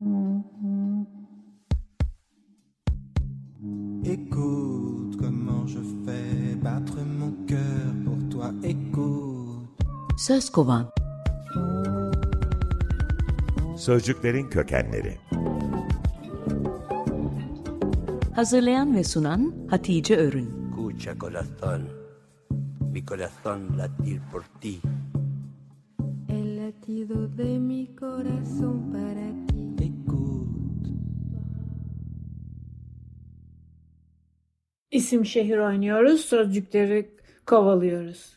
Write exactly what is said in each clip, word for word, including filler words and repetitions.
Écoute comment je fais battre mon cœur pour toi, écoute. Söz kovan. Sözcüklerin kökenleri. Hazırlayan ve sunan Hatice Örün. Escucha corazón, mi corazón latir por ti. El latido de mi corazón para ti. Écoute. İsim şehir oynuyoruz, sözcükleri kovalıyoruz.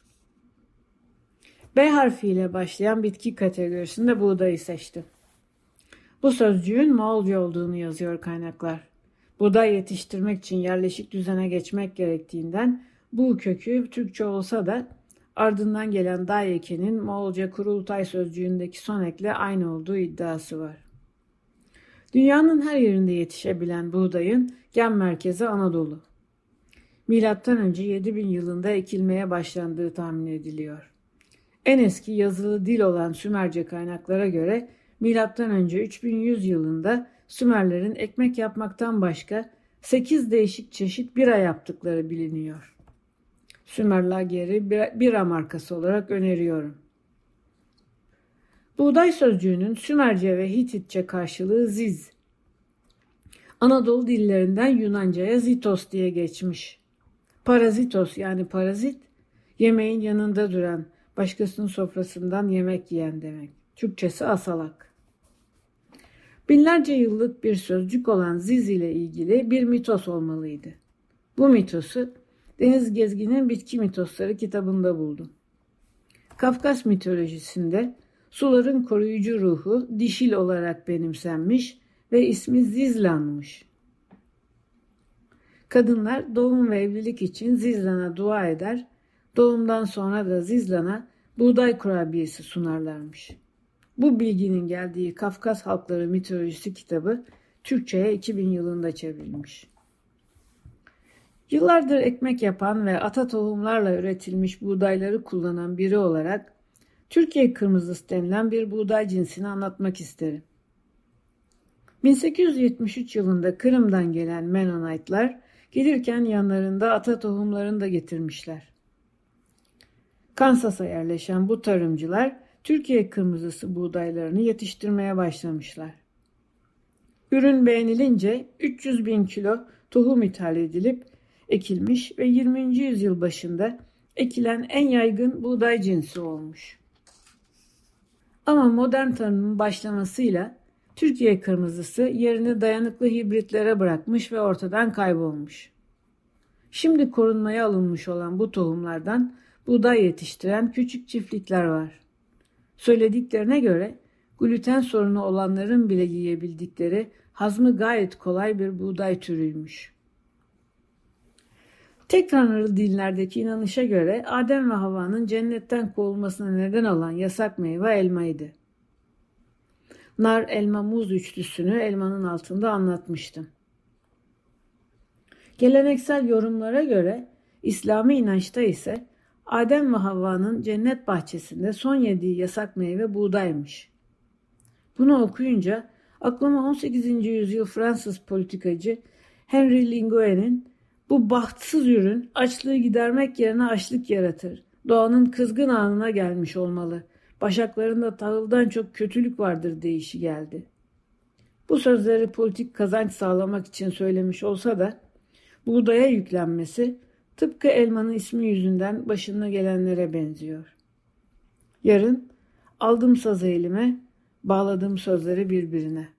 B harfiyle başlayan bitki kategorisinde buğdayı seçtim. Bu sözcüğün Moğolca olduğunu yazıyor kaynaklar. Buğday yetiştirmek için yerleşik düzene geçmek gerektiğinden bu kökü Türkçe olsa da ardından gelen Dayeke'nin Moğolca kurultay sözcüğündeki son ekle aynı olduğu iddiası var. Dünyanın her yerinde yetişebilen buğdayın gen merkezi Anadolu. Milattan önce yedi bin yılında ekilmeye başlandığı tahmin ediliyor. En eski yazılı dil olan Sümerce kaynaklara göre milattan önce üç bin yüz yılında Sümerlerin ekmek yapmaktan başka sekiz değişik çeşit bira yaptıkları biliniyor. Sümer Lager'i bira markası olarak öneriyorum. Buğday sözcüğünün Sümerce ve Hititçe karşılığı ziz. Anadolu dillerinden Yunanca'ya zitos diye geçmiş. Parazitos yani parazit, yemeğin yanında duran, başkasının sofrasından yemek yiyen demek. Türkçesi asalak. Binlerce yıllık bir sözcük olan ziz ile ilgili bir mitos olmalıydı. Bu mitosu Deniz Gezgin'in Bitki Mitosları kitabında buldum. Kafkas mitolojisinde suların koruyucu ruhu dişil olarak benimsenmiş ve ismi Zizlan'mış. Kadınlar doğum ve evlilik için Zizlan'a dua eder, doğumdan sonra da Zizlan'a buğday kurabiyesi sunarlarmış. Bu bilginin geldiği Kafkas Halkları Mitolojisi kitabı Türkçe'ye iki bin yılında çevrilmiş. Yıllardır ekmek yapan ve ata tohumlarla üretilmiş buğdayları kullanan biri olarak Türkiye kırmızısı denilen bir buğday cinsini anlatmak isterim. bin sekiz yüz yetmiş üç yılında Kırım'dan gelen Mennonite'lar gelirken yanlarında ata tohumlarını da getirmişler. Kansas'a yerleşen bu tarımcılar Türkiye kırmızısı buğdaylarını yetiştirmeye başlamışlar. Ürün beğenilince üç yüz bin kilo tohum ithal edilip ekilmiş ve yirminci yüzyıl başında ekilen en yaygın buğday cinsi olmuş. Ama modern tarımın başlamasıyla Türkiye kırmızısı yerini dayanıklı hibritlere bırakmış ve ortadan kaybolmuş. Şimdi korunmaya alınmış olan bu tohumlardan buğday yetiştiren küçük çiftlikler var. Söylediklerine göre gluten sorunu olanların bile yiyebildikleri hazmı gayet kolay bir buğday türüymüş. Tek tanrılı dinlerdeki inanışa göre Adem ve Havva'nın cennetten kovulmasına neden olan yasak meyve elmaydı. Nar, elma, muz üçlüsünü elmanın altında anlatmıştım. Geleneksel yorumlara göre İslami inançta ise Adem ve Havva'nın cennet bahçesinde son yediği yasak meyve buğdaymış. Bunu okuyunca aklıma on sekizinci yüzyıl Fransız politikacı Henri Linguet'in "Bu bahtsız ürün açlığı gidermek yerine açlık yaratır. Doğanın kızgın anına gelmiş olmalı. Başaklarında tahıldan çok kötülük vardır" deyişi geldi. Bu sözleri politik kazanç sağlamak için söylemiş olsa da buğdaya yüklenmesi tıpkı elmanın ismi yüzünden başına gelenlere benziyor. Yarın aldım sazı elime, bağladım sözleri birbirine.